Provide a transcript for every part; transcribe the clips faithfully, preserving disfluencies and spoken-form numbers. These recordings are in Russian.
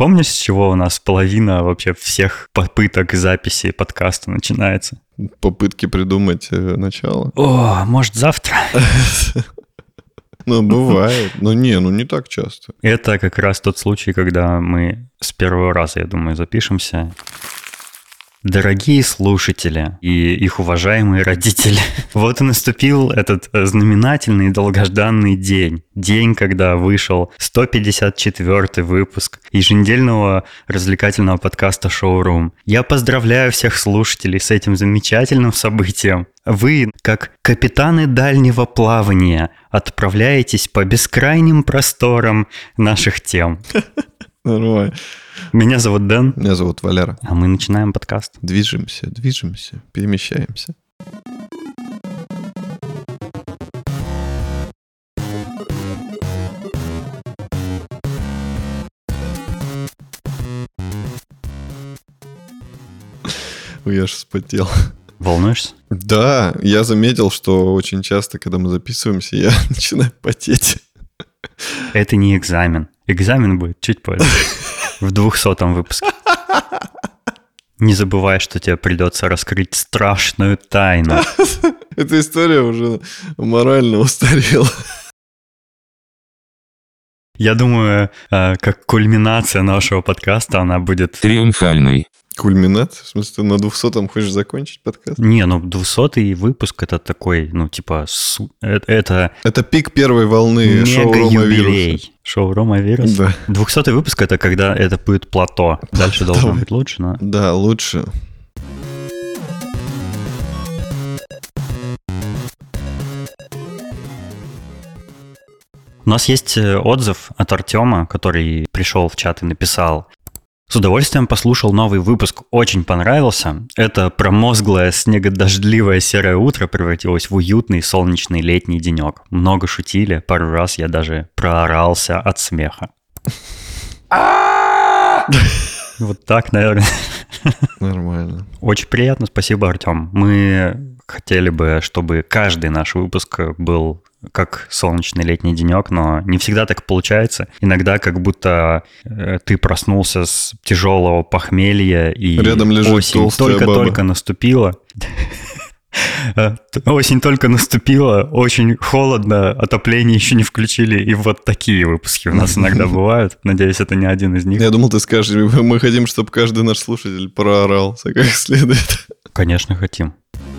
помнишь, с чего у нас половина вообще всех попыток записи подкаста начинается? Попытки придумать э, начало. О, может, завтра? Ну, бывает. Но не, ну не так часто. Это как раз тот случай, когда мы с первого раза, я думаю, запишемся. Дорогие слушатели и их уважаемые родители, вот и наступил этот знаменательный и долгожданный день. День, когда вышел сто пятьдесят четвёртый выпуск еженедельного развлекательного подкаста «Шоурум». Я поздравляю всех слушателей с этим замечательным событием. Вы, как капитаны дальнего плавания, отправляетесь по бескрайним просторам наших тем. Нормально. Меня зовут Дэн. Меня зовут Валера. А мы начинаем подкаст. Движемся, движемся, перемещаемся. Ой, я ж вспотел. Волнуешься? Да, я заметил, что очень часто, когда мы записываемся, я начинаю потеть. Это не экзамен. Экзамен будет чуть позже. В двухсотом выпуске. Не забывай, что тебе придется раскрыть страшную тайну. Эта история уже морально устарела. Я думаю, как кульминация нашего подкаста она будет... Триумфальной. Кульминат? В смысле, ты на двухсотом хочешь закончить подкаст? Не, ну двухсотый выпуск это такой, ну типа, су... это... Это пик первой волны шоу «Рома-вирус». Шоу «Рома-вирус». Да. двухсотый выпуск это когда это будет плато. Дальше должно быть лучше, но... Да, лучше. У нас есть отзыв от Артема, который пришел в чат и написал: с удовольствием послушал новый выпуск, очень понравился. Это промозглое снегодождливое серое утро превратилось в уютный солнечный летний денек. Много шутили, пару раз я даже проорался от смеха. Вот так, наверное. Нормально. Очень приятно, спасибо, Артем. Мы хотели бы, чтобы каждый наш выпуск был как солнечный летний денек, но не всегда так получается. Иногда как будто э, ты проснулся с тяжелого похмелья, и рядом лежит осень только-только наступила. Осень только наступила, очень холодно, отопление еще не включили, и вот такие выпуски у нас иногда бывают. Надеюсь, это не один из них. Я думал, ты скажешь, мы хотим, чтобы каждый наш слушатель проорался как следует. Конечно, хотим.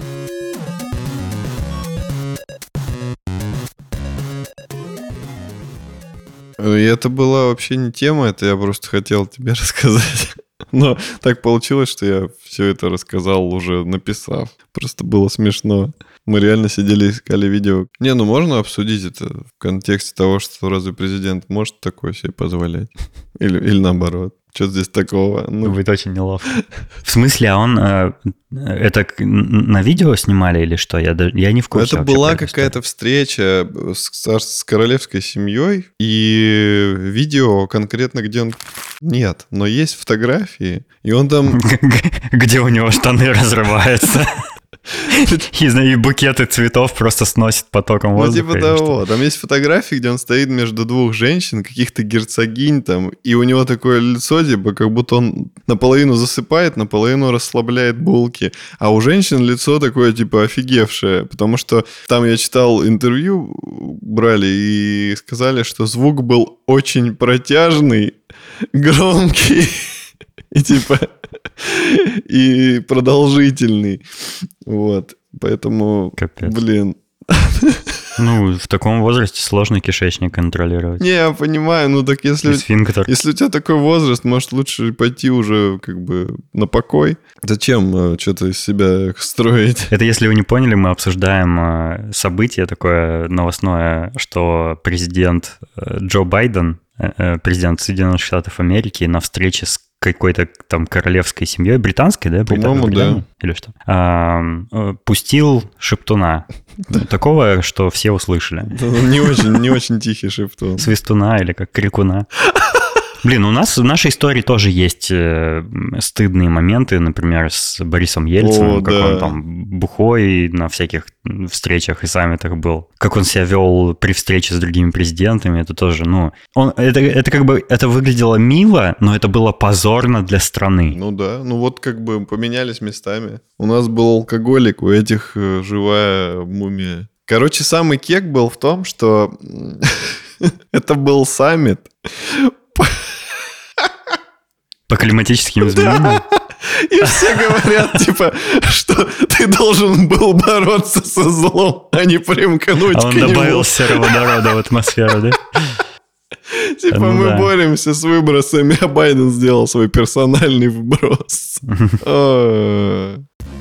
И это была вообще не тема, это я просто хотел тебе рассказать. Но так получилось, что я все это рассказал, уже написав. Просто было смешно. Мы реально сидели, искали видео. Не, ну можно обсудить это в контексте того, что разве президент может такое себе позволять? Или, или наоборот. Что здесь такого? Ну... Будет очень неловко. В смысле, а он э, это на видео снимали или что? Я, я не в курсе. Это была какая-то встреча с, с королевской семьей, и видео конкретно, где он... Нет, но есть фотографии, и он там... Где у него штаны разрываются. И букеты цветов просто сносит потоком воздуха. Ну, типа того. Там есть фотографии, где он стоит между двух женщин, каких-то герцогинь там, и у него такое лицо, типа, как будто он наполовину засыпает, наполовину расслабляет булки. А у женщин лицо такое, типа, офигевшее. Потому что там я читал интервью, брали, и сказали, что звук был очень протяжный, громкий. И типа... И продолжительный. Вот. Поэтому, капец. Блин. Ну, в таком возрасте сложно кишечник контролировать. Не, я понимаю, ну так если... Если у тебя такой возраст, может, лучше пойти уже как бы на покой. Зачем что-то из себя строить? Это, если вы не поняли, мы обсуждаем событие такое новостное, что президент Джо Байден, президент Соединенных Штатов Америки, на встрече с какой-то там королевской семьей, британской, да? По-моему, да. Или что? А, пустил шептуна. Такого, что все услышали. Не очень, не очень тихий шептун. Свистуна или как крикуна. Блин, у нас в нашей истории тоже есть э, стыдные моменты, например, с Борисом Ельциным, О, как да. он там бухой на всяких встречах и саммитах был, как он себя вел при встрече с другими президентами, это тоже, ну, он, это, это как бы, это выглядело мило, но это было позорно для страны. Ну да, ну вот как бы поменялись местами. У нас был алкоголик, у этих э, живая мумия. Короче, самый кек был в том, что это был саммит. По климатическим изменениям? И все говорят, типа, что ты должен был бороться со злом, а не примкнуть А он к нему. добавил сероводорода в атмосферу, да? Типа, Ну мы да. боремся с выбросами, а Байден сделал свой персональный вброс. О.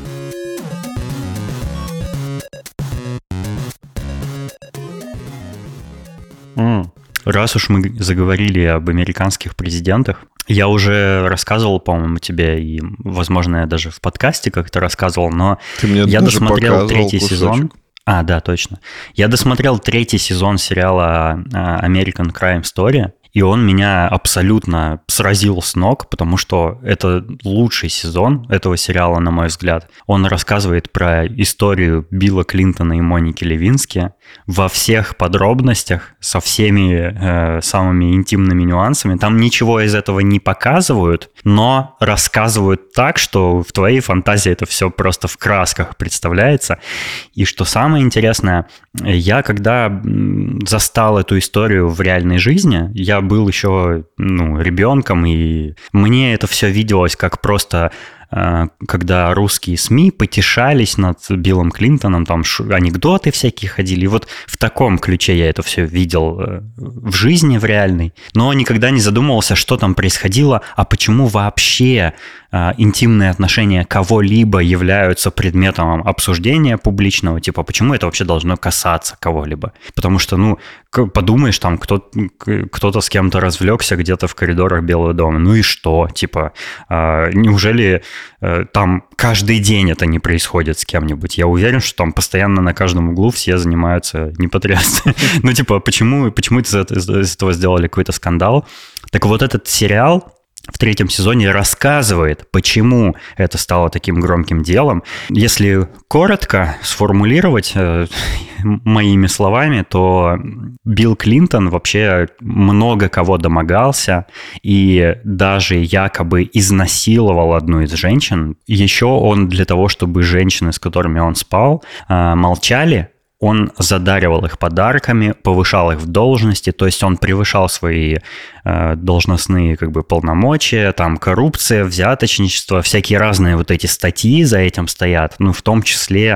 М. Раз уж мы заговорили об американских президентах, я уже рассказывал, по-моему, тебе, и, возможно, я даже в подкасте как-то рассказывал, но Ты мне я даже досмотрел показывал третий кусочек. сезон. А, да, точно. Я досмотрел третий сезон сериала а, American Crime Story, и он меня абсолютно сразил с ног, потому что это лучший сезон этого сериала, на мой взгляд. Он рассказывает про историю Билла Клинтона и Моники Левински во всех подробностях, со всеми э, самыми интимными нюансами. Там ничего из этого не показывают, но рассказывают так, что в твоей фантазии это все просто в красках представляется. И что самое интересное, я когда м, застал эту историю в реальной жизни, я был еще ну, ребенком, и мне это все виделось как просто, э, когда русские СМИ потешались над Биллом Клинтоном, там ш- анекдоты всякие ходили, и вот в таком ключе я это все видел э, в жизни, в реальной, но никогда не задумывался, что там происходило, а почему вообще э, интимные отношения кого-либо являются предметом обсуждения публичного, типа, почему это вообще должно касаться кого-либо, потому что, ну, к- подумаешь, там кто- кто-то с кем-то развлекся где-то в коридорах Белого дома, ну и что, типа, э, неужели э, там каждый день это не происходит с кем-нибудь? Я уверен, что там постоянно на каждом углу все занимаются непотребством. Ну, типа, почему, почему из это- из этого сделали какой-то скандал? Так вот этот сериал в третьем сезоне рассказывает, почему это стало таким громким делом. Если коротко сформулировать э, моими словами, то Билл Клинтон вообще много кого домогался и даже якобы изнасиловал одну из женщин. Еще он для того, чтобы женщины, с которыми он спал, э, молчали, он задаривал их подарками, повышал их в должности, то есть он превышал свои э, должностные как бы полномочия, там коррупция, взяточничество, всякие разные вот эти статьи за этим стоят, ну в том числе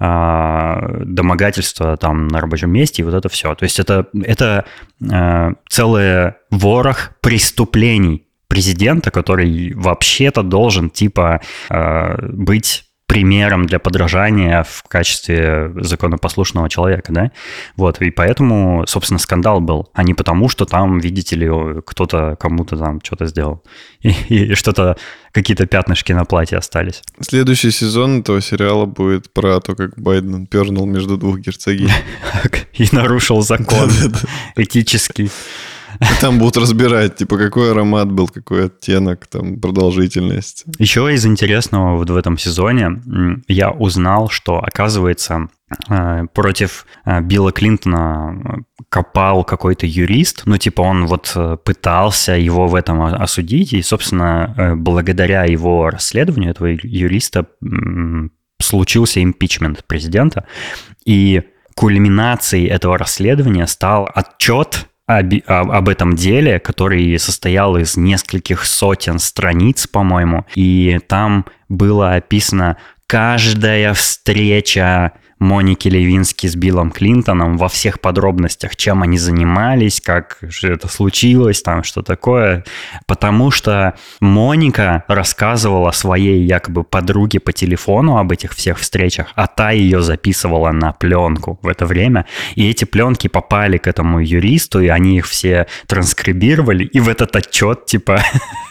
э, домогательство там на рабочем месте и вот это все. То есть это, это э, целый ворох преступлений президента, который вообще-то должен типа э, быть примером для подражания в качестве законопослушного человека, да? Вот, и поэтому, собственно, скандал был, а не потому, что там, видите ли, кто-то кому-то там что-то сделал. И, и что-то, какие-то пятнышки на платье остались. Следующий сезон этого сериала будет про то, как Байден пернул между двух герцогинь. И нарушил закон этический. Там будут разбирать, типа, какой аромат был, какой оттенок, там, продолжительность. Еще из интересного вот в этом сезоне м, я узнал, что, оказывается, э, против э, Билла Клинтона копал какой-то юрист, ну, типа, он вот э, пытался его в этом о- осудить, и, собственно, э, благодаря его расследованию этого юриста м, случился импичмент президента, и кульминацией этого расследования стал отчет об, об этом деле, который состоял из нескольких сотен страниц, по-моему, и там было описано каждая встреча Моники Левински с Биллом Клинтоном во всех подробностях, чем они занимались, как это случилось, там что такое. Потому что Моника рассказывала своей якобы подруге по телефону об этих всех встречах, а та ее записывала на пленку в это время. И эти пленки попали к этому юристу, и они их все транскрибировали, и в этот отчет типа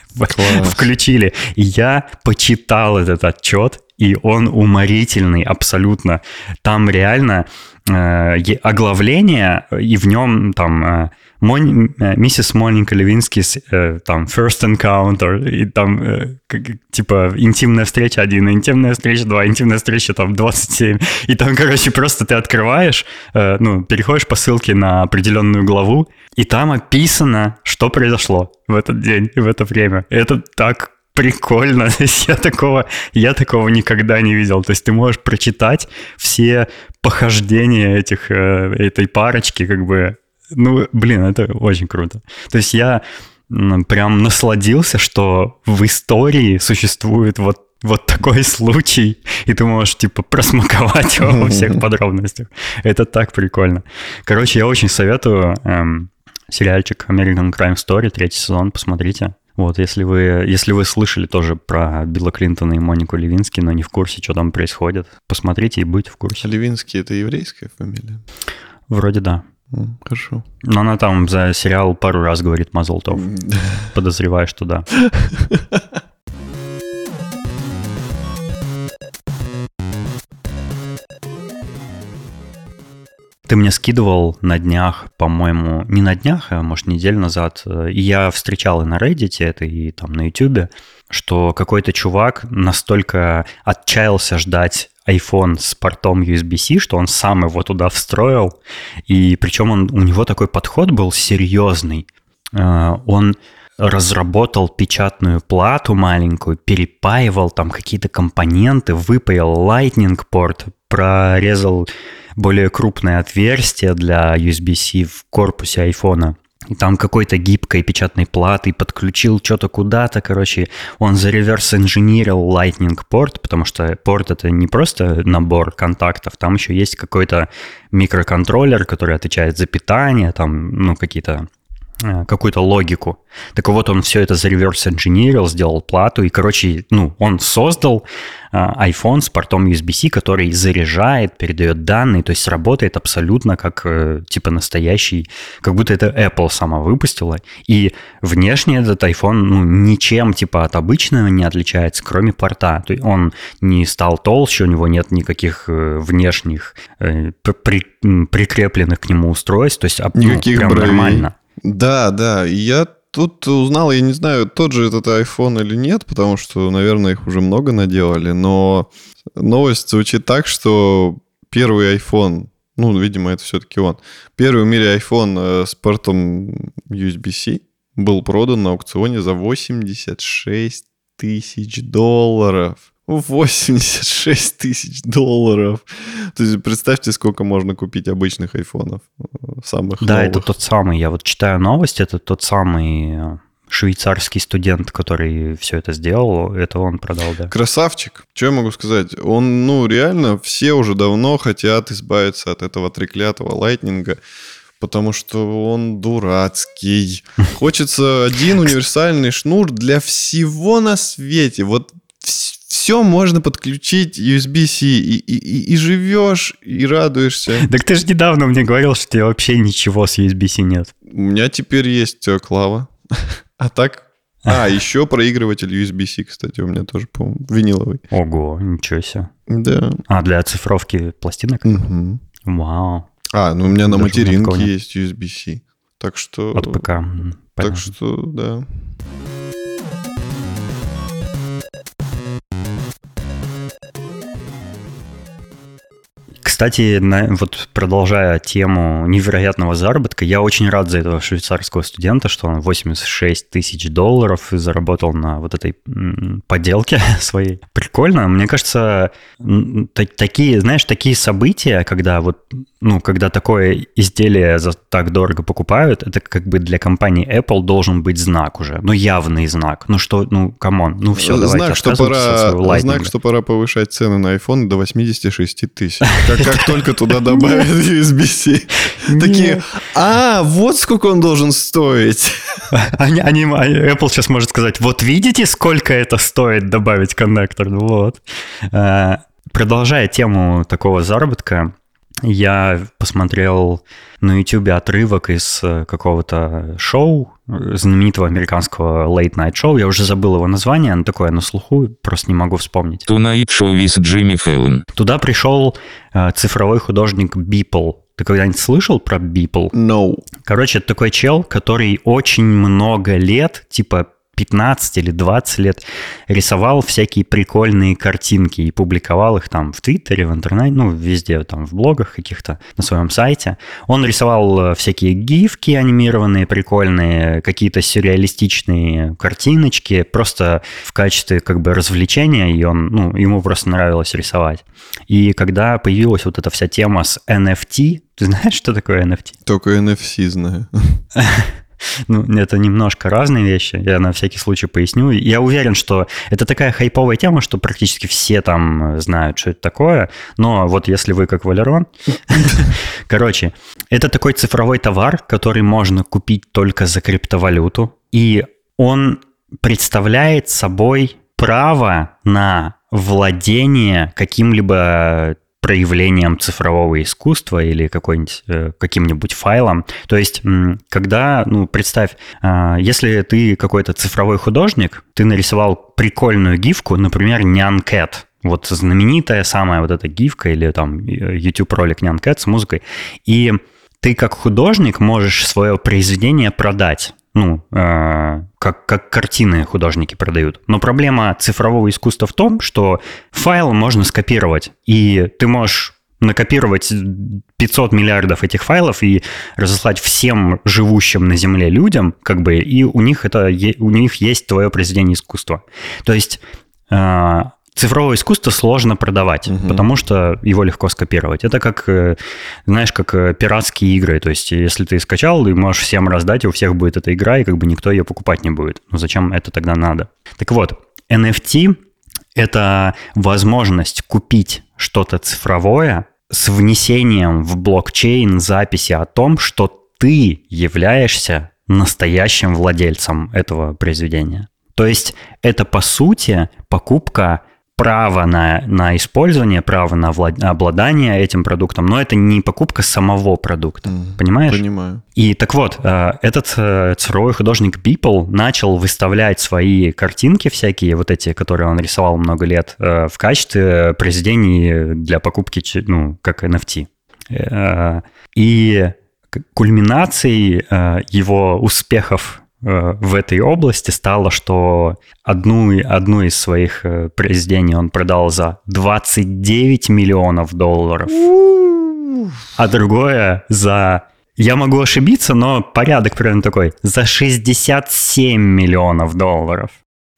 включили. И я почитал этот отчет, и он уморительный абсолютно. Там реально э, оглавление, и в нем там э, Мон... миссис Моника Левински, э, там, First Encounter, и там, э, как, типа, интимная встреча один, интимная встреча два, интимная встреча, там, двадцать семь. И там, короче, просто ты открываешь, э, ну, переходишь по ссылке на определенную главу, и там описано, что произошло в этот день и в это время. Это так прикольно. я такого, я такого никогда не видел. То есть ты можешь прочитать все похождения этих, э, этой парочки, как бы. Ну, блин, это очень круто. То есть я прям насладился, что в истории существует вот, вот такой случай, и ты можешь, типа, просмаковать его во всех подробностях. Это так прикольно. Короче, я очень советую эм, сериальчик American Crime Story, третий сезон, посмотрите. Вот, если вы, если вы слышали тоже про Билла Клинтона и Монику Левински, но не в курсе, что там происходит, посмотрите и будете в курсе. Левински — это еврейская фамилия? Вроде да. Хорошо. Но она там за сериал пару раз говорит «Мазал тов». Подозреваю, что да. Ты мне скидывал на днях, по-моему, не на днях, а может неделю назад, и я встречал и на Reddit это, и там на YouTube, что какой-то чувак настолько отчаялся ждать iPhone с портом ю эс би-C, что он сам его туда встроил, и причем он, у него такой подход был серьезный. Он разработал печатную плату маленькую, перепаивал там какие-то компоненты, выпаял Lightning порт, прорезал более крупное отверстие для ю эс би-C в корпусе айфона. И там какой-то гибкой печатной платой подключил что-то куда-то, короче, он зареверс-инженерил Lightning порт, потому что порт — это не просто набор контактов, там еще есть какой-то микроконтроллер, который отвечает за питание, там, ну, какие-то какую-то логику. Так вот, он все это зареверс-инженерил, сделал плату, и, короче, ну, он создал а, iPhone с портом ю эс би-C, который заряжает, передает данные, то есть работает абсолютно как, э, типа, настоящий, как будто это Apple сама выпустила. И внешне этот iPhone, ну, ничем, типа, от обычного не отличается, кроме порта. То есть он не стал толще, у него нет никаких э, внешних э, при, прикрепленных к нему устройств, то есть никаких ну, прям бровей. Нормально. Да, да, и я тут узнал, я не знаю, тот же этот iPhone или нет, потому что, наверное, их уже много наделали, но новость звучит так, что первый iPhone, ну, видимо, это все-таки он, первый в мире iPhone с портом ю эс би-C был продан на аукционе за восемьдесят шесть тысяч долларов. восемьдесят шесть тысяч долларов. То есть представьте, сколько можно купить обычных айфонов, самых Да, новых. это тот самый. Я вот читаю новость, это тот самый швейцарский студент, который все это сделал, это он продал, да. Красавчик. Что я могу сказать? Он, ну, реально, все уже давно хотят избавиться от этого треклятого лайтнинга, потому что он дурацкий. Хочется один универсальный шнур для всего на свете. Вот все можно подключить ю эс би-C, и, и, и, и живешь, и радуешься. Так ты же недавно мне говорил, что у тебя вообще ничего с ю эс би-C нет. У меня теперь есть клава. А так... А, еще проигрыватель ю эс би-C, кстати, у меня тоже, по-моему, виниловый. Ого, ничего себе. Да. А, для оцифровки пластинок? Угу. Вау. А, ну у меня на Даже материнке есть ю эс би-C. Так что... От ПК. Понятно. Так что, да... Кстати, на, вот продолжая тему невероятного заработка, я очень рад за этого швейцарского студента, что он восемьдесят шесть тысяч долларов заработал на вот этой м, поделке своей. Прикольно. Мне кажется, т- такие, знаешь, такие события, когда вот, ну, когда такое изделие за так дорого покупают, это как бы для компании Apple должен быть знак уже, ну, явный знак. Ну что, ну, камон, ну все, давайте знак, что пора, знак, что пора повышать цены на iPhone до восемьдесят шесть тысяч. Как, как только туда добавят ю эс би-C. Такие, а, вот сколько он должен стоить. Они, они, Apple сейчас может сказать, вот видите, сколько это стоит добавить коннектор? Вот. Продолжая тему такого заработка, я посмотрел на YouTube отрывок из какого-то шоу, знаменитого американского Late Night Show. Я уже забыл его название, оно такое на слуху, просто не могу вспомнить. Tonight Show with Jimmy Fallon. Туда пришел цифровой художник Beeple. Ты когда-нибудь слышал про Beeple? No. Короче, это такой чел, который очень много лет, типа пятнадцать или двадцать лет, рисовал всякие прикольные картинки и публиковал их там в Твиттере, в интернете, ну, везде, там, в блогах каких-то, на своем сайте. Он рисовал всякие гифки анимированные, прикольные, какие-то сюрреалистичные картиночки, просто в качестве, как бы, развлечения, и он, ну, ему просто нравилось рисовать. И когда появилась вот эта вся тема с эн эф ти, ты знаешь, что такое эн эф ти? Только эн эф си знаю. Ну, это немножко разные вещи, я на всякий случай поясню. Я уверен, что это такая хайповая тема, что практически все там знают, что это такое. Но вот если вы как Валерон... Короче, это такой цифровой товар, который можно купить только за криптовалюту. И он представляет собой право на владение каким-либо проявлением цифрового искусства или какой-нибудь, э, каким-нибудь файлом. То есть, м, когда, ну, представь, э, если ты какой-то цифровой художник, ты нарисовал прикольную гифку, например, Nyan Cat, вот знаменитая самая вот эта гифка или там YouTube-ролик Nyan Cat с музыкой, и ты как художник можешь свое произведение продать. Ну, э, как, как картины художники продают. Но проблема цифрового искусства в том, что файл можно скопировать, и ты можешь накопировать пятьсот миллиардов этих файлов и разослать всем живущим на Земле людям, как бы, и у них, это, у них есть твое произведение искусства. То есть... Э, Цифровое искусство сложно продавать, угу. потому что его легко скопировать. Это как, знаешь, как пиратские игры. То есть, если ты скачал, ты можешь всем раздать, и у всех будет эта игра, и как бы никто ее покупать не будет. Ну, зачем это тогда надо? Так вот, эн эф ти – это возможность купить что-то цифровое с внесением в блокчейн записи о том, что ты являешься настоящим владельцем этого произведения. То есть, это, по сути, покупка... право на, на использование, право на влад... обладание этим продуктом, но это не покупка самого продукта, mm, понимаешь? Понимаю. И так вот, этот цифровой художник Beeple начал выставлять свои картинки всякие, вот эти, которые он рисовал много лет, в качестве произведений для покупки, ну, как эн эф ти. И кульминацией его успехов в этой области стало, что одну, одну из своих произведений он продал за двадцать девять миллионов долларов, а другое за, я могу ошибиться, но порядок примерно такой, за шестьдесят семь миллионов долларов.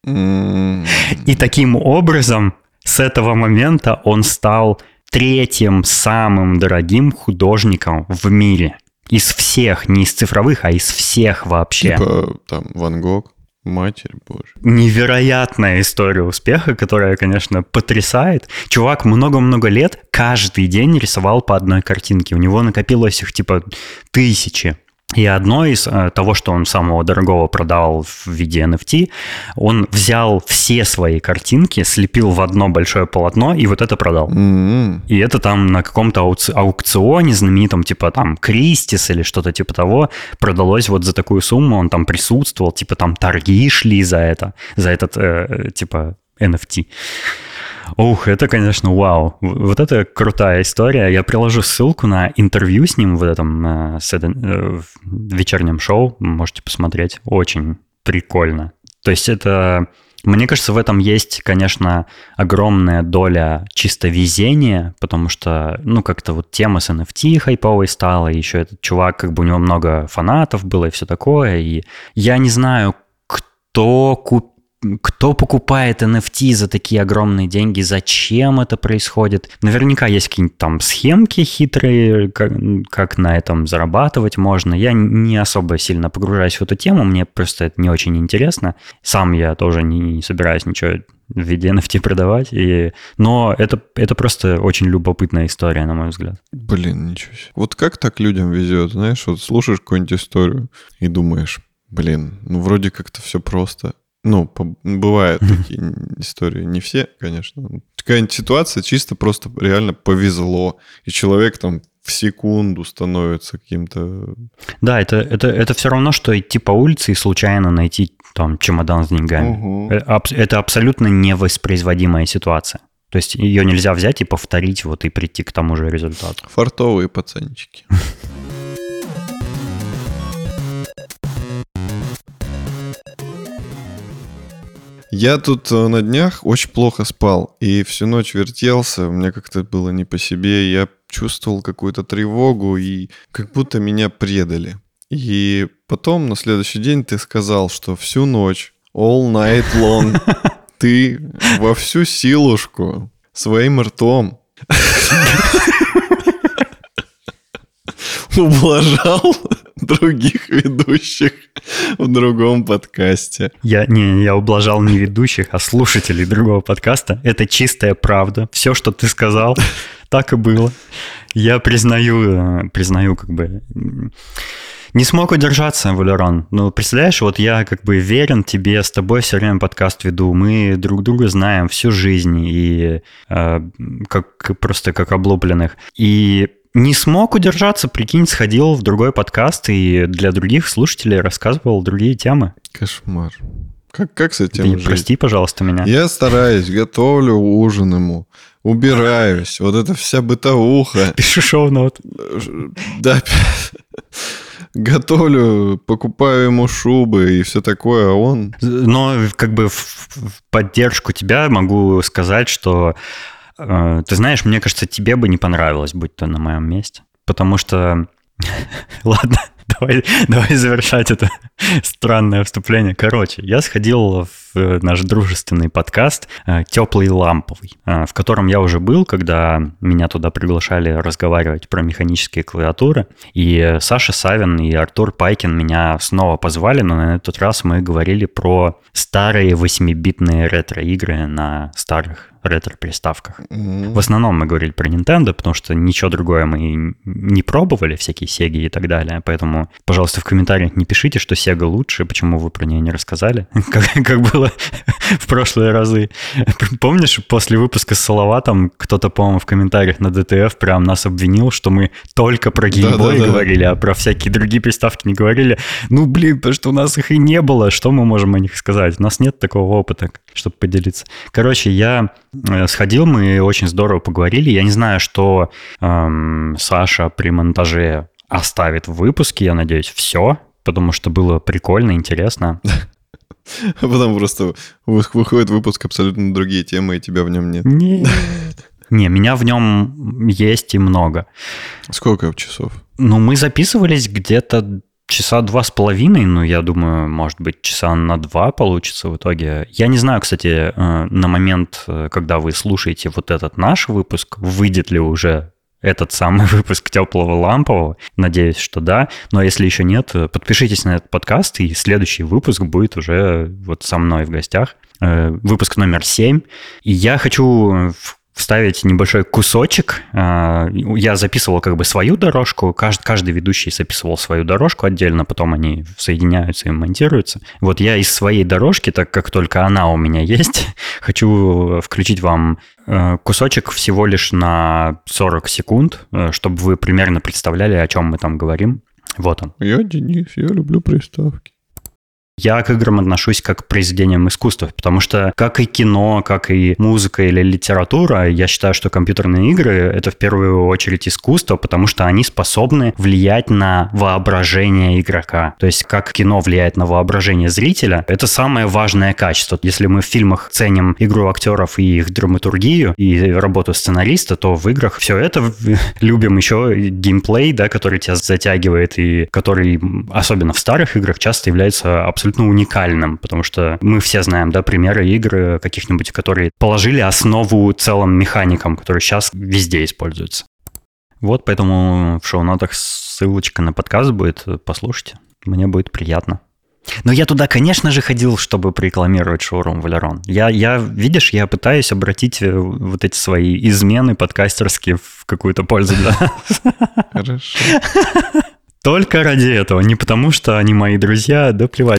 И таким образом с этого момента он стал третьим самым дорогим художником в мире. Из всех, не из цифровых, а из всех вообще. Типа там Ван Гог, Матерь Божья. Невероятная история успеха, которая, конечно, потрясает. Чувак много-много лет каждый день рисовал по одной картинке. У него накопилось их типа тысячи. И одно из э, того, что он самого дорогого продал в виде эн эф ти, он взял все свои картинки, слепил в одно большое полотно и вот это продал. Mm-hmm. И это там на каком-то аук- аукционе знаменитом, типа там Кристис или что-то типа того, продалось вот за такую сумму, он там присутствовал, типа там торги шли за это, за этот, э, типа, эн эф ти. Ух, это, конечно, вау. Вот это крутая история. Я приложу ссылку на интервью с ним в этом э, с это, э, в вечернем шоу. Можете посмотреть. Очень прикольно. То есть это... Мне кажется, в этом есть, конечно, огромная доля чисто везения, потому что, ну, как-то вот тема с эн эф ти хайповой стала, и еще этот чувак, как бы у него много фанатов было и все такое, и я не знаю, кто купил Кто покупает эн эф ти за такие огромные деньги? Зачем это происходит? Наверняка есть какие-нибудь там схемки хитрые, как, как на этом зарабатывать можно. Я не особо сильно погружаюсь в эту тему, мне просто это не очень интересно. Сам я тоже не, не собираюсь ничего в виде эн эф ти продавать. И... Но это, это просто очень любопытная история, на мой взгляд. Блин, ничего себе. Вот как так людям везет, знаешь? Вот слушаешь какую-нибудь историю и думаешь, блин, ну вроде как-то все просто. Ну, бывают такие истории. Не все, конечно. Какая-нибудь ситуация чисто просто реально повезло. И человек там в секунду становится каким-то... Да, это, это, это все равно, что идти по улице и случайно найти там чемодан с деньгами. Угу. Это абсолютно невоспроизводимая ситуация. То есть ее нельзя взять и повторить вот и прийти к тому же результату. Фартовые пацанчики. Я тут на днях очень плохо спал и всю ночь вертелся, мне как-то было не по себе, я чувствовал какую-то тревогу и как будто меня предали. И потом на следующий день ты сказал, что всю ночь, all night long, ты во всю силушку своим ртом ублажал других ведущих в другом подкасте. Я не, я ублажал не ведущих, а слушателей другого подкаста. Это чистая правда. Все, что ты сказал, так и было. Я признаю, признаю, как бы... Не смог удержаться, Валерон. Ну, представляешь, вот я как бы верен тебе, с тобой все время подкаст веду. Мы друг друга знаем всю жизнь, и э, как, просто как облупленных. И не смог удержаться, прикинь, сходил в другой подкаст и для других слушателей рассказывал другие темы. Кошмар. Как, как с этим Ты жить? Прости, пожалуйста, меня. Я стараюсь, готовлю ужин ему, убираюсь. Вот эта вся бытовуха. Пишу шоу-нот. Да, готовлю, покупаю ему шубы и все такое, а он... Но как бы в, в поддержку тебя могу сказать, что э, ты знаешь, мне кажется, тебе бы не понравилось, будь то на моем месте. Потому что... Ладно, давай, давай завершать это странное вступление. Короче, я сходил в наш дружественный подкаст «Теплый ламповый», в котором я уже был, когда меня туда приглашали разговаривать про механические клавиатуры. И Саша Савин и Артур Пайкин меня снова позвали, но на этот раз мы говорили про старые восьмибитные ретро-игры на старых ретро-приставках. Mm-hmm. В основном мы говорили про Nintendo, потому что ничего другое мы не пробовали, всякие Sega и так далее. Поэтому, пожалуйста, в комментариях не пишите, что Sega лучше, почему вы про нее не рассказали, как, как было в прошлые разы. Помнишь, после выпуска с Салаватом кто-то, по-моему, в комментариях на ди ти эф прям нас обвинил, что мы только про Game Boy да, да, говорили, да. а про всякие другие приставки не говорили. Ну, блин, потому что у нас их и не было, что мы можем о них сказать? У нас нет такого опыта, чтобы поделиться. Короче, я... сходил, мы очень здорово поговорили. Я не знаю, что эм, Саша при монтаже оставит в выпуске, я надеюсь, все, потому что было прикольно, интересно. А потом просто выходит выпуск абсолютно другие темы, и тебя в нем нет. Не, не, меня в нем есть и много. Сколько часов? Ну, мы записывались где-то часа два с половиной, ну, я думаю, может быть, часа на два получится в итоге. Я не знаю, кстати, на момент, когда вы слушаете вот этот наш выпуск, выйдет ли уже этот самый выпуск «Теплого лампового». Надеюсь, что да. Но если еще нет, подпишитесь на этот подкаст, и следующий выпуск будет уже вот со мной в гостях. Выпуск номер семь. И я хочу... вставить небольшой кусочек. Я записывал как бы свою дорожку, каждый, каждый ведущий записывал свою дорожку отдельно, потом они соединяются и монтируются. Вот я из своей дорожки, так как только она у меня есть, хочу включить вам кусочек всего лишь на сорок секунд, чтобы вы примерно представляли, о чем мы там говорим. Вот он. Я Денис, я люблю приставки. Я к играм отношусь как к произведениям искусства, потому что как и кино, как и музыка или литература, я считаю, что компьютерные игры — это в первую очередь искусство, потому что они способны влиять на воображение игрока. То есть как кино влияет на воображение зрителя, это самое важное качество. Если мы в фильмах ценим игру актеров и их драматургию, и работу сценариста, то в играх все это любим. Еще геймплей, да, который тебя затягивает, и который, особенно в старых играх, часто является абсолютно абсолютно уникальным, потому что мы все знаем, да, примеры игр каких-нибудь, которые положили основу целым механикам, которые сейчас везде используются. Вот, поэтому в шоу-нотах ссылочка на подкаст будет, послушайте, мне будет приятно. Но я туда, конечно же, ходил, чтобы прорекламировать шоурум Валерон. Я, я, видишь, я пытаюсь обратить вот эти свои измены подкастерские в какую-то пользу для нас. Хорошо. Только ради этого, не потому что они мои друзья, да плевать.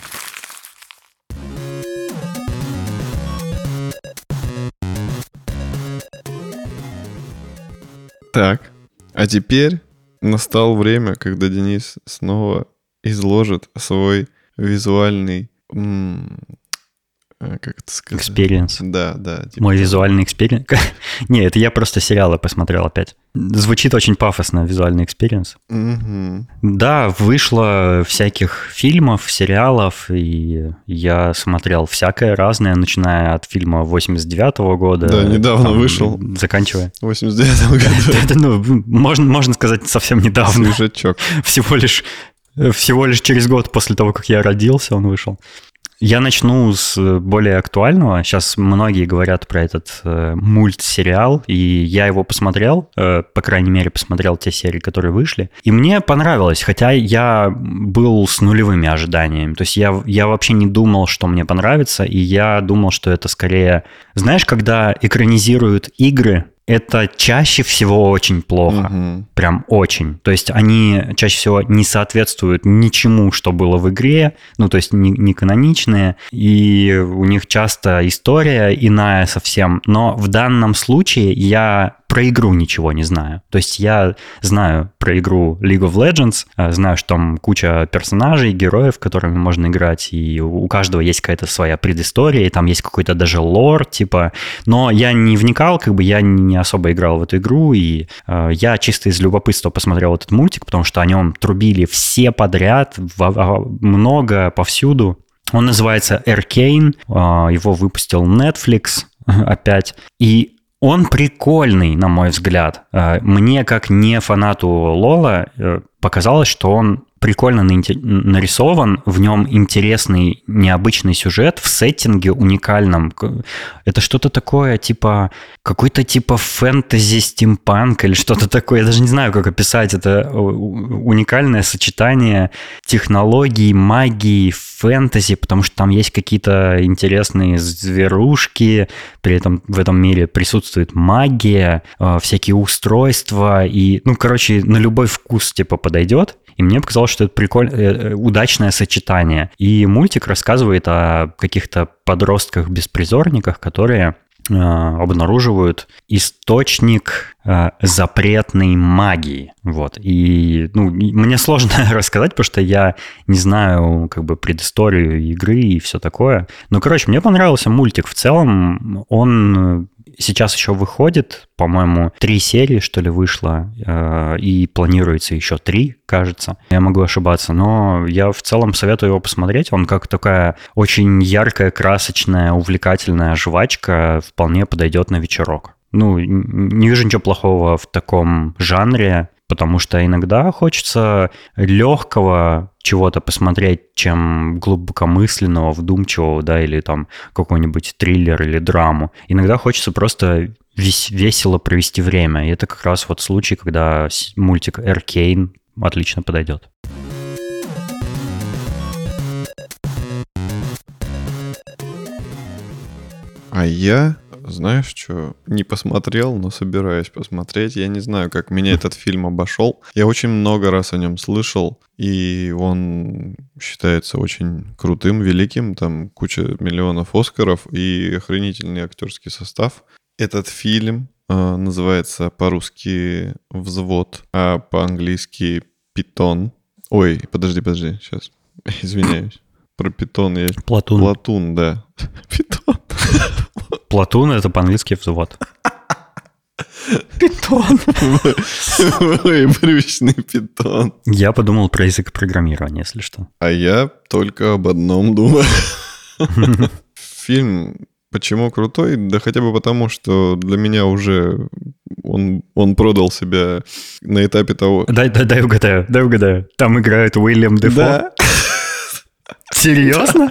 Так, а теперь настало время, когда Денис снова изложит свой визуальный м- Как это сказать? Экспириенс. Да, да. Типа... Мой визуальный экспириенс. Не, это я просто сериалы посмотрел опять. Звучит очень пафосно, визуальный экспириенс. Угу. Да, вышло всяких фильмов, сериалов, и я смотрел всякое разное, начиная от фильма восемьдесят девятого года. Да, недавно там, вышел. Заканчивая. В восемьдесят девятом году. Это, ну, можно, можно сказать, совсем недавно. Свежачок. Всего лишь, всего лишь через год после того, как я родился, он вышел. Я начну с более актуального. Сейчас многие говорят про этот э, мультсериал, и я его посмотрел, э, по крайней мере, посмотрел те серии, которые вышли, и мне понравилось, хотя я был с нулевыми ожиданиями. То есть я, я вообще не думал, что мне понравится, и я думал, что это скорее... Знаешь, когда экранизируют игры, это чаще всего очень плохо. Угу. Прям очень. То есть они чаще всего не соответствуют ничему, что было в игре, ну, то есть не, не каноничные, и у них часто история иная совсем. Но в данном случае я про игру ничего не знаю. То есть я знаю про игру League of Legends, знаю, что там куча персонажей, героев, которыми можно играть, и у каждого есть какая-то своя предыстория, и там есть какой-то даже лор, типа. Но я не вникал, как бы я не особо играл в эту игру, и э, я чисто из любопытства посмотрел этот мультик, потому что о нем трубили все подряд, много, повсюду. Он называется Arcane, э, его выпустил Netflix опять, и он прикольный, на мой взгляд. Мне, как не фанату Лола, показалось, что он прикольно нарисован, в нем интересный, необычный сюжет в сеттинге уникальном. Это что-то такое, типа, какой-то типа фэнтези-стимпанк или что-то такое. Я даже не знаю, как описать. Это уникальное сочетание технологий, магии, фэнтези, потому что там есть какие-то интересные зверушки, при этом в этом мире присутствует магия, всякие устройства, и, ну, короче, на любой вкус, типа, подойдет. И мне показалось, что это прикольное, удачное сочетание. И мультик рассказывает о каких-то подростках-беспризорниках, которые э, обнаруживают источник э, запретной магии. Вот. И ну, мне сложно рассказать, потому что я не знаю как бы предысторию игры и все такое. Но, короче, мне понравился мультик в целом. Он... Сейчас еще выходит, по-моему, три серии, что ли, вышло, э, и планируется еще три, кажется. Я могу ошибаться, но я в целом советую его посмотреть. Он как такая очень яркая, красочная, увлекательная жвачка вполне подойдет на вечерок. Ну, не вижу ничего плохого в таком жанре, потому что иногда хочется легкого чего-то посмотреть, чем глубокомысленного, вдумчивого, да, или там какой-нибудь триллер или драму. Иногда хочется просто вес- весело провести время, и это как раз вот случай, когда мультик Arcane отлично подойдет. А я... Знаешь, что? Не посмотрел, но собираюсь посмотреть. Я не знаю, как меня этот фильм обошел. Я очень много раз о нем слышал, и он считается очень крутым, великим. Там куча миллионов Оскаров и охренительный актерский состав. Этот фильм э, называется по-русски «Взвод», а по-английски «Питон». Ой, подожди, подожди, сейчас. Извиняюсь. Про Питон я... Платун. Платун, да. Питон. Платун — это по-английски взвод. Питон. Ой, привычный питон. Я подумал про язык программирования, если что. А я только об одном думаю. Фильм почему крутой? Да хотя бы потому, что для меня уже он, он продал себя на этапе того... Дай, дай, дай угадаю, дай угадаю. Там играет Уильям Дефо? Да. Серьезно?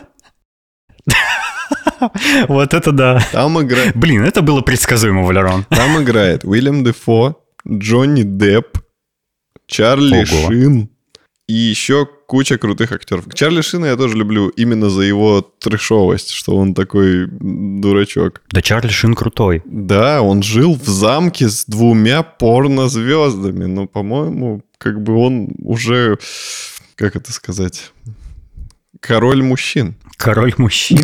Вот это да. Там играет... Блин, это было предсказуемо, Валерон. Там играет Уильям Дефо, Джонни Депп, Чарли Ого. Шин и еще куча крутых актеров. Чарли Шина я тоже люблю именно за его трэшовость, что он такой дурачок. Да Чарли Шин крутой. Да, он жил в замке с двумя порнозвездами. Но, по-моему, как бы он уже, как это сказать, король мужчин. Король мужчин?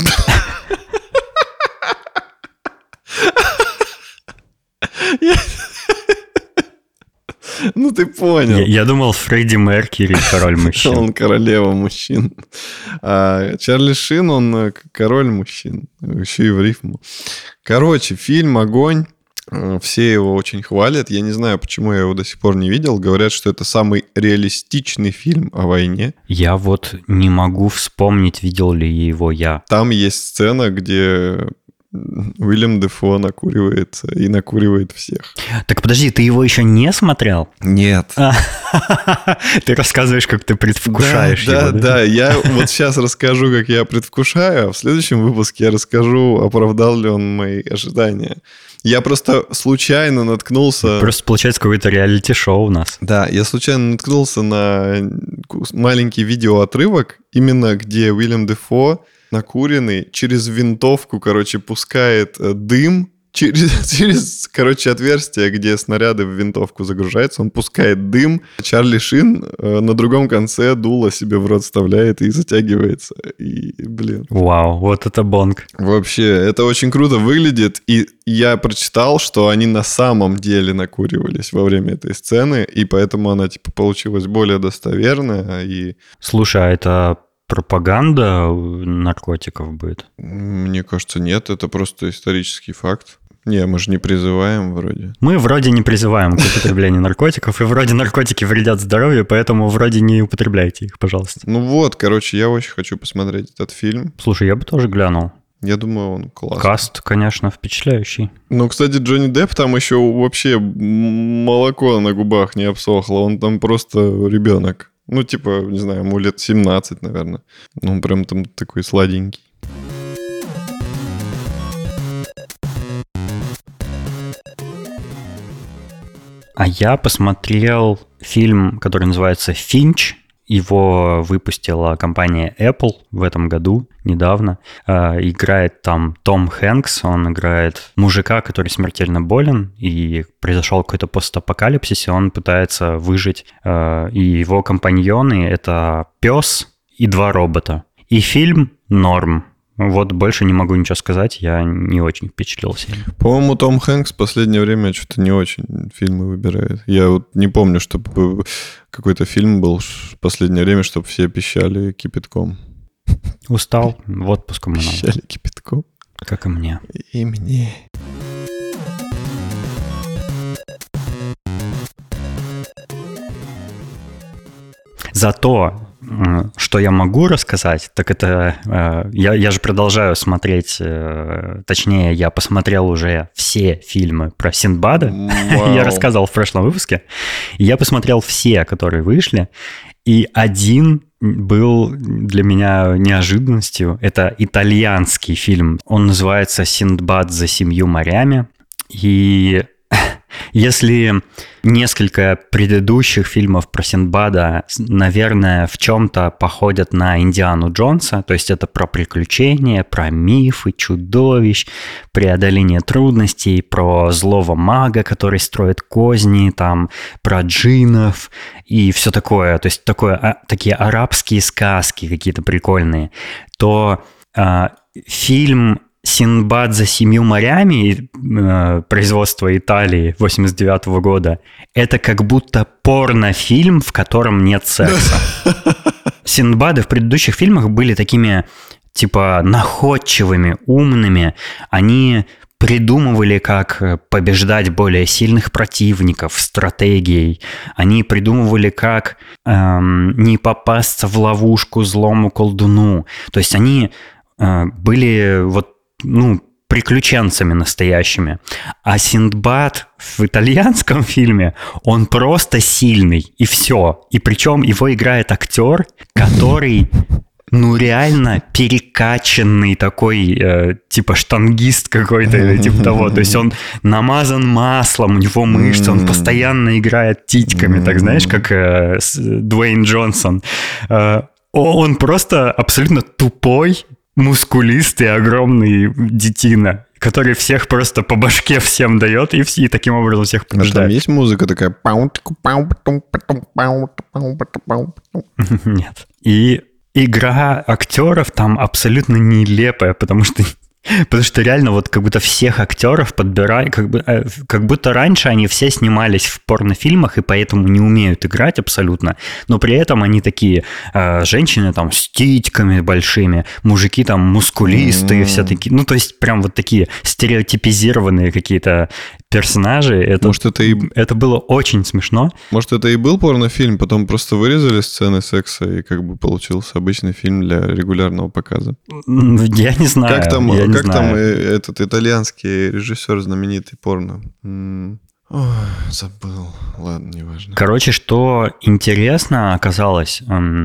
Ну, ты понял. Я, я думал, Фредди Меркьюри король мужчин. Он королева мужчин. А Чарли Шин, он король мужчин. Еще и в рифму. Короче, фильм «Огонь». Все его очень хвалят. Я не знаю, почему я его до сих пор не видел. Говорят, что это самый реалистичный фильм о войне. Я вот не могу вспомнить, видел ли его я. Там есть сцена, где Уильям Дефо накуривается и накуривает всех. Так подожди, ты его еще не смотрел? Нет. Ты рассказываешь, как ты предвкушаешь да, его. Да, да, я вот сейчас расскажу, как я предвкушаю, а в следующем выпуске я расскажу, оправдал ли он мои ожидания. Я просто случайно наткнулся... Просто получается какое-то реалити-шоу у нас. Да, я случайно наткнулся на маленький видеоотрывок, именно где Уильям Дефо, накуренный, через винтовку, короче, пускает дым, через, через, короче, отверстие, где снаряды в винтовку загружаются, он пускает дым. Чарли Шин на другом конце дуло себе в рот вставляет и затягивается. И, блин. Вау, вот это бонг. Вообще, это очень круто выглядит. И я прочитал, что они на самом деле накуривались во время этой сцены, и поэтому она, типа, получилась более достоверная. И... Слушай, а это... пропаганда наркотиков будет? Мне кажется, нет, это просто исторический факт. Не, мы же не призываем вроде. Мы вроде не призываем к употреблению наркотиков, и вроде наркотики вредят здоровью, поэтому вроде не употребляйте их, пожалуйста. Ну вот, короче, я очень хочу посмотреть этот фильм. Слушай, я бы тоже глянул. Я думаю, он классный. Каст, конечно, впечатляющий. Ну, кстати, Джонни Депп там еще вообще молоко на губах не обсохло, он там просто ребенок. Ну, типа, не знаю, ему лет семнадцать, наверное. Он прям там такой сладенький. А я посмотрел фильм, который называется «Финч». Его выпустила компания Apple в этом году, недавно. Играет там Том Хэнкс, он играет мужика, который смертельно болен, и произошел какой-то постапокалипсис, и он пытается выжить. И его компаньоны — это пес и два робота. И фильм норм. Вот больше не могу ничего сказать, я не очень впечатлился. По-моему, Том Хэнкс в последнее время что-то не очень фильмы выбирает. Я вот не помню, чтобы какой-то фильм был в последнее время, чтобы все пищали кипятком. Устал, в отпуск ему надо. Пищали кипятком. Как и мне. И мне. Зато, что я могу рассказать, так это... Э, я, я же продолжаю смотреть, э, точнее, я посмотрел уже все фильмы про Синдбада. Я рассказывал в прошлом выпуске. Я посмотрел все, которые вышли, и один был для меня неожиданностью. Это итальянский фильм. Он называется «Синдбад за семью морями». И... Если несколько предыдущих фильмов про Синдбада, наверное, в чем-то походят на Индиану Джонса, то есть это про приключения, про мифы, чудовищ, преодоление трудностей, про злого мага, который строит козни, там, про джиннов и все такое, то есть такое, а, такие арабские сказки какие-то прикольные, то а, фильм «Синдбад за семью морями», э, производство Италии восемьдесят девятого года, это как будто порнофильм, в котором нет секса. Синдбады в предыдущих фильмах были такими, типа, находчивыми, умными. Они придумывали, как побеждать более сильных противников стратегией. Они придумывали, как эм, не попасться в ловушку злому колдуну. То есть они э, были вот ну, приключенцами настоящими. А Синдбад в итальянском фильме, он просто сильный, и все. И причем его играет актер, который, ну, реально перекачанный такой, э, типа штангист какой-то, или типа того. То есть он намазан маслом, у него мышцы, он постоянно играет титьками, так знаешь, как э, Дуэйн Джонсон. Э, он просто абсолютно тупой, мускулистый, огромный детина, который всех просто по башке всем дает и, и таким образом всех побеждает. А там есть музыка такая? Нет. И игра актеров там абсолютно нелепая, потому что Потому что реально вот как будто всех актеров подбирают, как, бы, как будто раньше они все снимались в порнофильмах и поэтому не умеют играть абсолютно, но при этом они такие э, женщины там с титьками большими, мужики там мускулистые, mm-hmm. все такие, ну то есть прям вот такие стереотипизированные какие-то персонажи. Это, Может, это, и... это было очень смешно. Может, это и был порнофильм, потом просто вырезали сцены секса и как бы получился обычный фильм для регулярного показа. Я не знаю. Как там, я не как знаю. там этот итальянский режиссер знаменитый порно? М- Ой, забыл. Ладно, неважно. Короче, что интересно оказалось,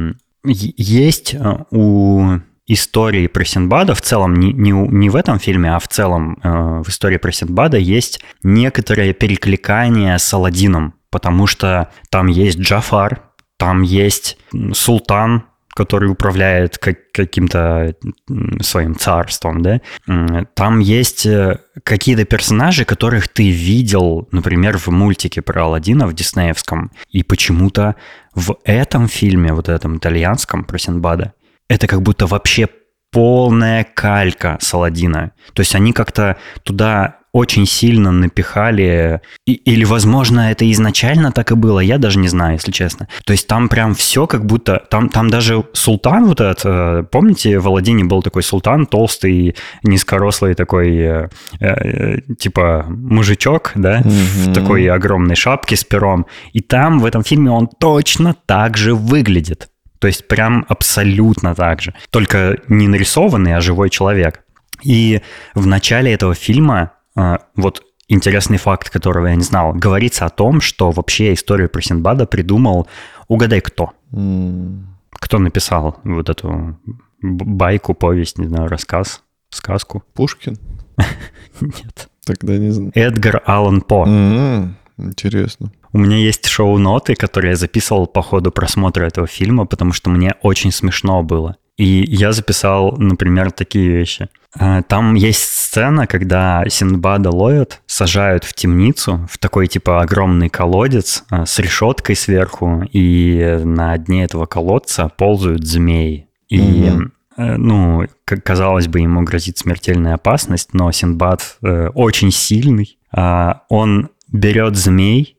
есть у истории про Синдбада в целом, не, не, не в этом фильме, а в целом в истории про Синдбада есть некоторое перекликание с Аладдином, потому что там есть Джафар, там есть султан, который управляет как, каким-то своим царством, да, там есть какие-то персонажи, которых ты видел, например, в мультике про Аладдина в диснеевском, и почему-то в этом фильме, вот этом итальянском про Синдбада, это как будто вообще полная калька с Аладдина. То есть они как-то туда очень сильно напихали, и, или, возможно, это изначально так и было, я даже не знаю, если честно. То есть там прям все как будто, там, там даже султан вот этот, помните, в Аладдине был такой султан, толстый, низкорослый такой, э, э, типа мужичок, да, mm-hmm. в такой огромной шапке с пером, и там в этом фильме он точно так же выглядит. То есть прям абсолютно так же, только не нарисованный, а живой человек. И в начале этого фильма вот интересный факт, которого я не знал. Говорится о том, что вообще историю про Синдбада придумал, угадай кто. Mm. Кто написал вот эту байку, повесть, не знаю, рассказ, сказку? Пушкин? Нет. Тогда не знаю. Эдгар Аллан По. Mm-hmm. Интересно. У меня есть шоу-ноты, которые я записывал по ходу просмотра этого фильма, потому что мне очень смешно было. И я записал, например, такие вещи. Там есть сцена, когда Синдбада ловят, сажают в темницу, в такой типа огромный колодец с решеткой сверху, и на дне этого колодца ползают змеи. И, mm-hmm. ну, казалось бы, ему грозит смертельная опасность, но Синдбад очень сильный. Он берет змей,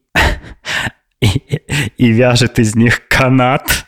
И, и вяжет из них канат,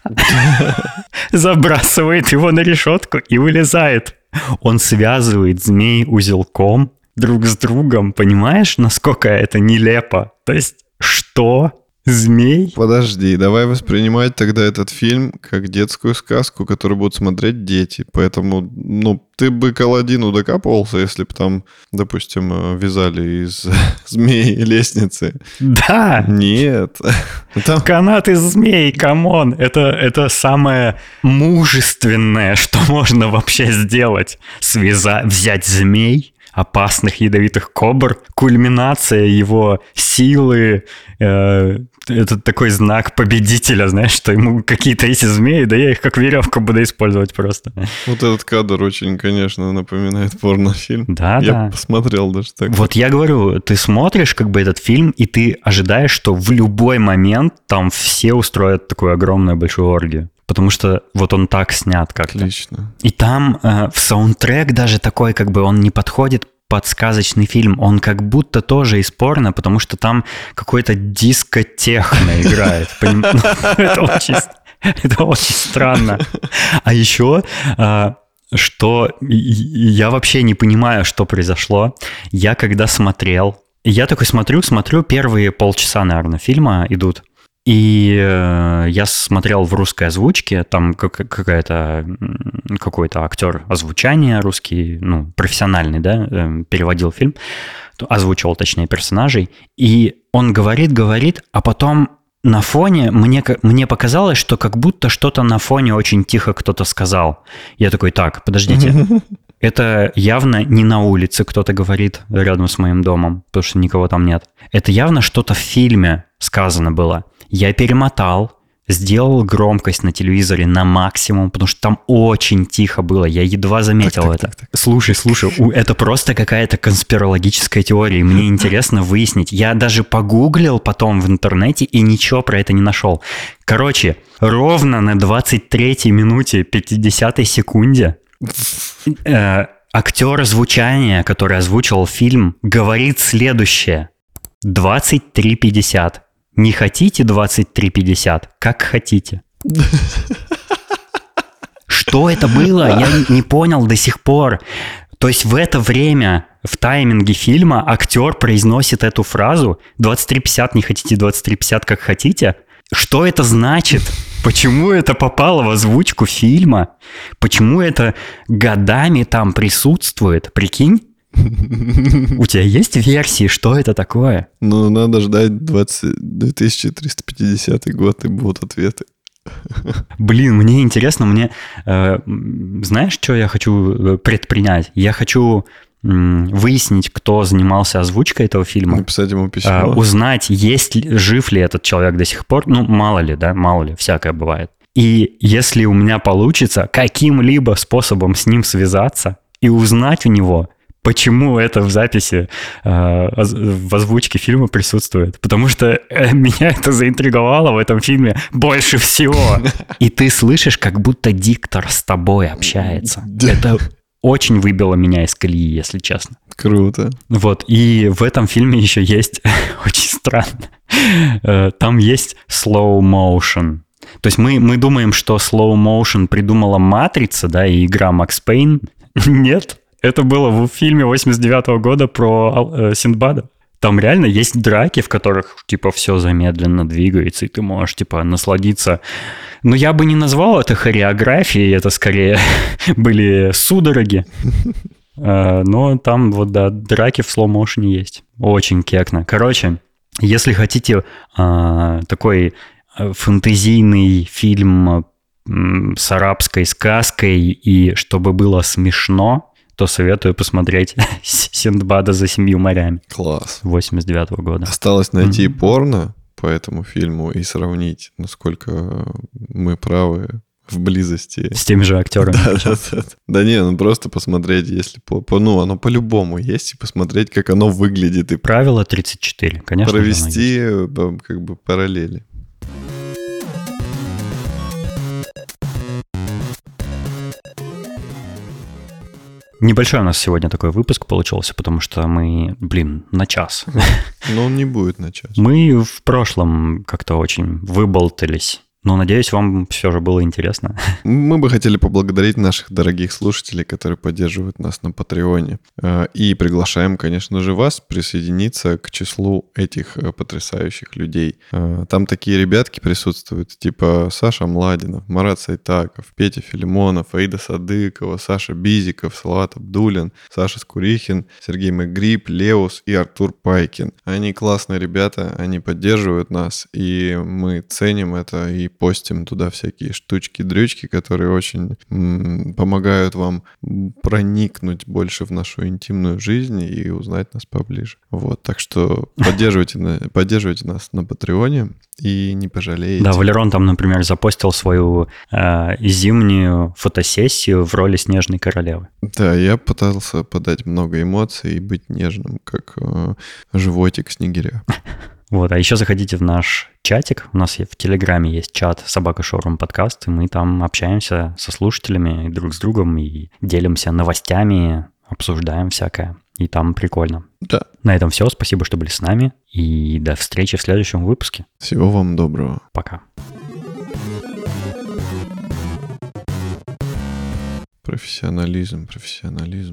забрасывает его на решетку и вылезает. Он связывает змей узелком друг с другом. Понимаешь, насколько это нелепо? То есть, что? Змей? Подожди, давай воспринимать тогда этот фильм как детскую сказку, которую будут смотреть дети. Поэтому, ну, ты бы к Аладдину докапывался, если бы там, допустим, вязали из змей лестницы. Да. Нет. Там... Канат из змей, камон. Это, это самое мужественное, что можно вообще сделать. Связа... Взять змей, опасных ядовитых кобр, кульминация его силы, э, это такой знак победителя, знаешь, что ему какие-то эти змеи, да я их как веревку буду использовать просто. Вот этот кадр очень, конечно, напоминает порнофильм. Да, я да. Я посмотрел даже так. Вот я говорю, ты смотришь как бы этот фильм, и ты ожидаешь, что в любой момент там все устроят такую огромную большую оргию. Потому что вот он так снят как-то. Отлично. И там э, в саундтрек даже такой, как бы он не подходит под сказочный фильм. Он как будто тоже из порно, потому что там какой-то диско-техно играет. Это очень странно. А еще, что я вообще не понимаю, что произошло. Я когда смотрел, я такой смотрю, смотрю, первые полчаса, наверное, фильма идут. И э, я смотрел в русской озвучке, там какая-то, какой-то актер озвучания русский, ну, профессиональный, да, э, переводил фильм, озвучивал, точнее, персонажей. И он говорит, говорит, а потом на фоне, мне, мне показалось, что как будто что-то на фоне очень тихо кто-то сказал. Я такой, так, подождите, это явно не на улице кто-то говорит рядом с моим домом, потому что никого там нет. Это явно что-то в фильме сказано было. Я перемотал, сделал громкость на телевизоре на максимум, потому что там очень тихо было, я едва заметил так, так, это. Так, так. Слушай, слушай, это просто какая-то конспирологическая теория, мне интересно выяснить. Я даже погуглил потом в интернете и ничего про это не нашел. Короче, ровно на двадцать третьей минуте пятидесятой секунде э, актер звучания, который озвучивал фильм, говорит следующее. двадцать три пятьдесят. Не хотите двадцать три пятьдесят? Как хотите. Что это было? Я не понял до сих пор. То есть в это время, в тайминге фильма, актер произносит эту фразу двадцать три пятьдесят, не хотите двадцать три пятьдесят, как хотите? Что это значит? Почему это попало в озвучку фильма? Почему это годами там присутствует? Прикинь? У тебя есть версии, что это такое? Ну, надо ждать двадцать две тысячи триста пятидесятый год, и будут ответы. Блин, мне интересно, мне... Э, знаешь, что я хочу предпринять? Я хочу э, выяснить, кто занимался озвучкой этого фильма. Написать ему письмо. Э, узнать, есть ли, жив ли этот человек до сих пор. Ну, мало ли, да, мало ли, всякое бывает. И если у меня получится каким-либо способом с ним связаться и узнать у него... Почему это в записи, э, в озвучке фильма присутствует? Потому что э, меня это заинтриговало в этом фильме больше всего. И ты слышишь, как будто диктор с тобой общается. Это очень выбило меня из колеи, если честно. Круто. Вот, и в этом фильме еще есть очень странно. Э, там есть slow motion. То есть мы, мы думаем, что slow motion придумала «Матрица», да, и игра Макс Пейн. Нет. Это было в фильме восемьдесят девятого года про э, Синдбада. Там реально есть драки, в которых, типа, все замедленно двигается, и ты можешь, типа, насладиться. Но я бы не назвал это хореографией, это скорее были судороги. Но там, вот, да, драки в слоу-моушене есть. Очень кекно. Короче, если хотите такой фэнтезийный фильм с арабской сказкой, и чтобы было смешно, то советую посмотреть «Синдбада за семью морями». Класс. восемьдесят девятого года. Осталось найти mm-hmm. порно по этому фильму и сравнить, насколько мы правы в близости. С теми же актерами. Да, да, да. Да не, ну просто посмотреть, если по, по... Ну, оно по-любому есть, и посмотреть, как оно выглядит. И правило тридцать четыре, конечно. Провести как бы параллели. Небольшой у нас сегодня такой выпуск получился, потому что мы, блин, на час. Но он не будет на час. Мы в прошлом как-то очень выболтались. Но, надеюсь, вам все же было интересно. Мы бы хотели поблагодарить наших дорогих слушателей, которые поддерживают нас на Патреоне. И приглашаем, конечно же, вас присоединиться к числу этих потрясающих людей. Там такие ребятки присутствуют, типа Саша Младинов, Марат Сайтаков, Петя Филимонов, Аида Садыкова, Саша Бизиков, Салават Абдулин, Саша Скурихин, Сергей Мэгрип, Леус и Артур Пайкин. Они классные ребята, они поддерживают нас, и мы ценим это и постим туда всякие штучки-дрючки, которые очень м- помогают вам проникнуть больше в нашу интимную жизнь и узнать нас поближе. Вот, так что поддерживайте, поддерживайте нас на Патреоне и не пожалеете. Да, Валерон там, например, запостил свою э, зимнюю фотосессию в роли Снежной Королевы. Да, я пытался подать много эмоций и быть нежным, как э, животик снегиря. Вот, а еще заходите в наш чатик. У нас в Телеграме есть чат «Собака Шоурум подкаст», и мы там общаемся со слушателями друг с другом и делимся новостями, обсуждаем всякое. И там прикольно. Да. На этом все. Спасибо, что были с нами. И до встречи в следующем выпуске. Всего вам доброго. Пока. Профессионализм, профессионализм.